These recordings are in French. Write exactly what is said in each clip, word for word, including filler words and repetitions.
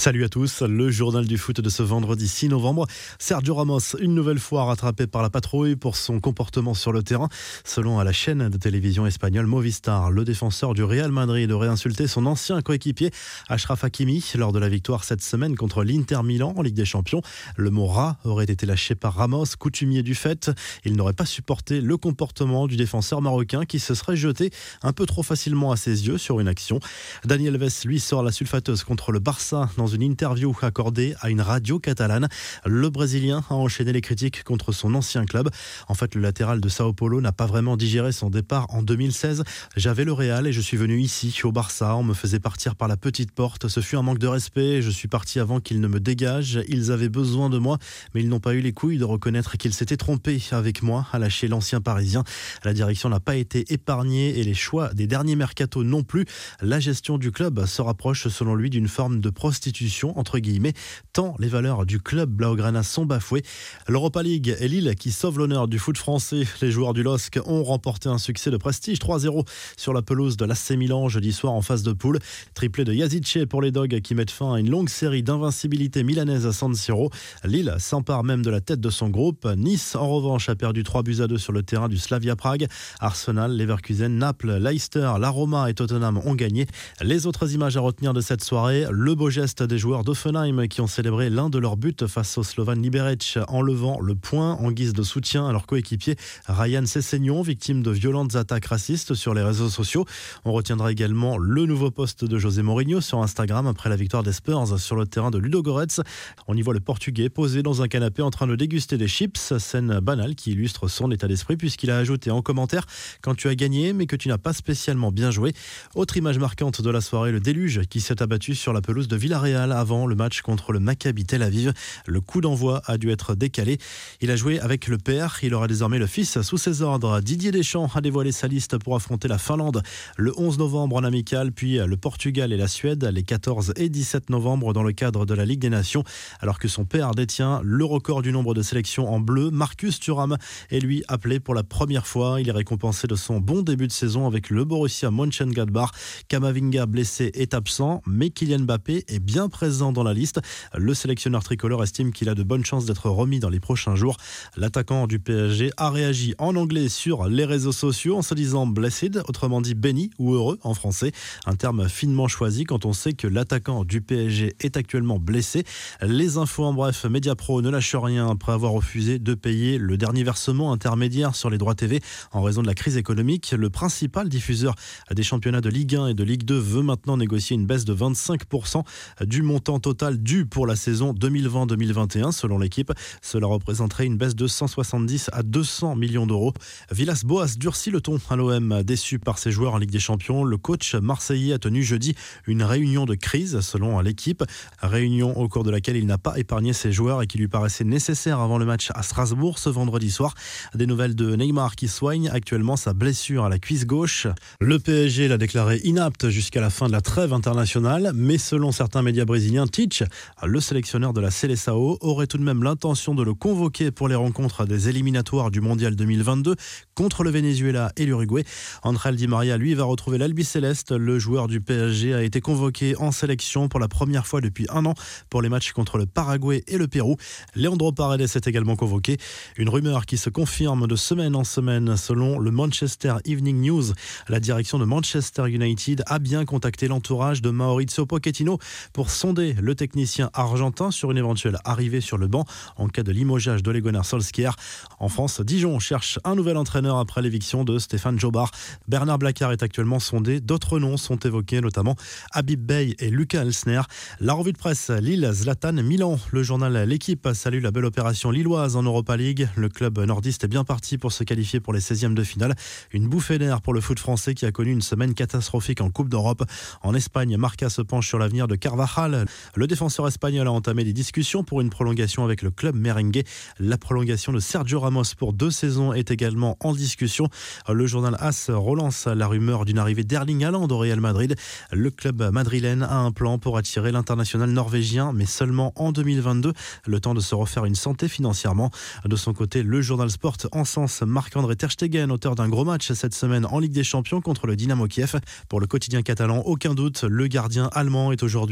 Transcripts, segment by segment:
Salut à tous, le journal du foot de ce vendredi six novembre. Sergio Ramos, une nouvelle fois rattrapé par la patrouille pour son comportement sur le terrain. Selon la chaîne de télévision espagnole Movistar, le défenseur du Real Madrid aurait insulté son ancien coéquipier Achraf Hakimi lors de la victoire cette semaine contre l'Inter Milan en Ligue des Champions. Le mot rat aurait été lâché par Ramos, coutumier du fait. Il n'aurait pas supporté le comportement du défenseur marocain qui se serait jeté un peu trop facilement à ses yeux sur une action. Dani Alves, lui, sort la sulfateuse contre le Barça dans une interview accordée à une radio catalane. Le Brésilien a enchaîné les critiques contre son ancien club. En fait, le latéral de Sao Paulo n'a pas vraiment digéré son départ en deux mille seize. J'avais le Real et je suis venu ici, au Barça. On me faisait partir par la petite porte. Ce fut un manque de respect. Je suis parti avant qu'ils ne me dégagent. Ils avaient besoin de moi, mais ils n'ont pas eu les couilles de reconnaître qu'ils s'étaient trompés avec moi, a lâché l'ancien Parisien. La direction n'a pas été épargnée et les choix des derniers mercatos non plus. La gestion du club se rapproche, selon lui, d'une forme de prostitution entre guillemets, tant les valeurs du club blaugrana sont bafouées. L'Europa League et Lille qui sauve l'honneur du foot français. Les joueurs du L O S C ont remporté un succès de prestige trois zéro sur la pelouse de l'A C Milan jeudi soir en phase de poule. Triplé de Yazice pour les Dogs qui mettent fin à une longue série d'invincibilité milanaise à San Siro. Lille s'empare même de la tête de son groupe. Nice, en revanche, a perdu trois buts à deux sur le terrain du Slavia Prague. Arsenal, Leverkusen, Naples, Leicester, la Roma et Tottenham ont gagné. Les autres images à retenir de cette soirée, le beau geste des joueurs d'Offenheim qui ont célébré l'un de leurs buts face au Slovan Liberec en levant le poing en guise de soutien à leur coéquipier Ryan Sessegnon, victime de violentes attaques racistes sur les réseaux sociaux. On retiendra également le nouveau post de José Mourinho sur Instagram après la victoire des Spurs sur le terrain de Ludogorets. On y voit le Portugais posé dans un canapé en train de déguster des chips, scène banale qui illustre son état d'esprit puisqu'il a ajouté en commentaire « Quand tu as gagné mais que tu n'as pas spécialement bien joué ». Autre image marquante de la soirée, le déluge qui s'est abattu sur la pelouse de Villarreal avant le match contre le Maccabi Tel Aviv. Le coup d'envoi a dû être décalé. Il a joué avec le père, il aura désormais le fils sous ses ordres. Didier Deschamps a dévoilé sa liste pour affronter la Finlande le onze novembre en amical, puis le Portugal et la Suède les quatorze et dix-sept novembre dans le cadre de la Ligue des Nations. Alors que son père détient le record du nombre de sélections en bleu, Marcus Thuram est lui appelé pour la première fois. Il est récompensé de son bon début de saison avec le Borussia Mönchengladbach. Kamavinga blessé est absent, mais Kylian Mbappé est bien présent dans la liste. Le sélectionneur tricolore estime qu'il a de bonnes chances d'être remis dans les prochains jours. L'attaquant du P S G a réagi en anglais sur les réseaux sociaux en se disant blessed, autrement dit béni ou heureux en français. Un terme finement choisi quand on sait que l'attaquant du P S G est actuellement blessé. Les infos en bref, Mediapro ne lâche rien après avoir refusé de payer le dernier versement intermédiaire sur les droits T V en raison de la crise économique. Le principal diffuseur des championnats de Ligue un et de Ligue deux veut maintenant négocier une baisse de vingt-cinq pour cent du montant total dû pour la saison deux mille vingt deux mille vingt et un selon l'équipe. Cela représenterait une baisse de cent soixante-dix à deux cents millions d'euros. Villas-Boas durcit le ton à l'O M. Déçu par ses joueurs en Ligue des Champions, le coach marseillais a tenu jeudi une réunion de crise selon l'équipe. Réunion au cours de laquelle il n'a pas épargné ses joueurs et qui lui paraissait nécessaire avant le match à Strasbourg ce vendredi soir. Des nouvelles de Neymar qui soigne actuellement sa blessure à la cuisse gauche. Le P S G l'a déclaré inapte jusqu'à la fin de la trêve internationale, mais selon certains médias brésiliens, Tite, le sélectionneur de la Seleção, aurait tout de même l'intention de le convoquer pour les rencontres des éliminatoires du Mondial deux mille vingt-deux contre le Venezuela et l'Uruguay. Angel Di Maria, lui, va retrouver l'Albiceleste. Le joueur du P S G a été convoqué en sélection pour la première fois depuis un an pour les matchs contre le Paraguay et le Pérou. Leandro Paredes est également convoqué. Une rumeur qui se confirme de semaine en semaine selon le Manchester Evening News. La direction de Manchester United a bien contacté l'entourage de Mauricio Pochettino pour sonder le technicien argentin sur une éventuelle arrivée sur le banc en cas de limogeage d'Ole Gunnar Solskjaer. En France, Dijon cherche un nouvel entraîneur après l'éviction de Stéphane Jobard. Bernard Blacard est actuellement sondé. D'autres noms sont évoqués, notamment Habib Bey et Lucas Elsner. La revue de presse Lille, Zlatan, Milan. Le journal L'équipe salue la belle opération lilloise en Europa League. Le club nordiste est bien parti pour se qualifier pour les seizièmes de finale. Une bouffée d'air pour le foot français qui a connu une semaine catastrophique en Coupe d'Europe. En Espagne, Marca se penche sur l'avenir de Carvajal. Le défenseur espagnol a entamé des discussions pour une prolongation avec le club merengue. La prolongation de Sergio Ramos pour deux saisons est également en discussion. Le journal AS relance la rumeur d'une arrivée d'Erling Haaland au Real Madrid. Le club madrilène a un plan pour attirer l'international norvégien, mais seulement en deux mille vingt-deux, le temps de se refaire une santé financièrement. De son côté, le journal Sport encense Marc-André Ter Stegen, auteur d'un gros match cette semaine en Ligue des Champions contre le Dynamo Kiev. Pour le quotidien catalan, aucun doute, le gardien allemand est aujourd'hui le meilleur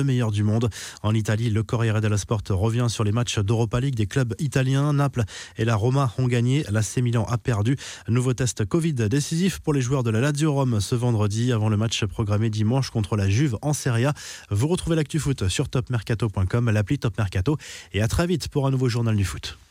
meilleurs du monde. En Italie, le Corriere dello Sport revient sur les matchs d'Europa League des clubs italiens. Naples et la Roma ont gagné, l'A C Milan a perdu. Nouveau test Covid décisif pour les joueurs de la Lazio Rome ce vendredi avant le match programmé dimanche contre la Juve en Serie A. Vous retrouvez l'actu foot sur top mercato point com, l'appli Top Mercato, et à très vite pour un nouveau journal du foot.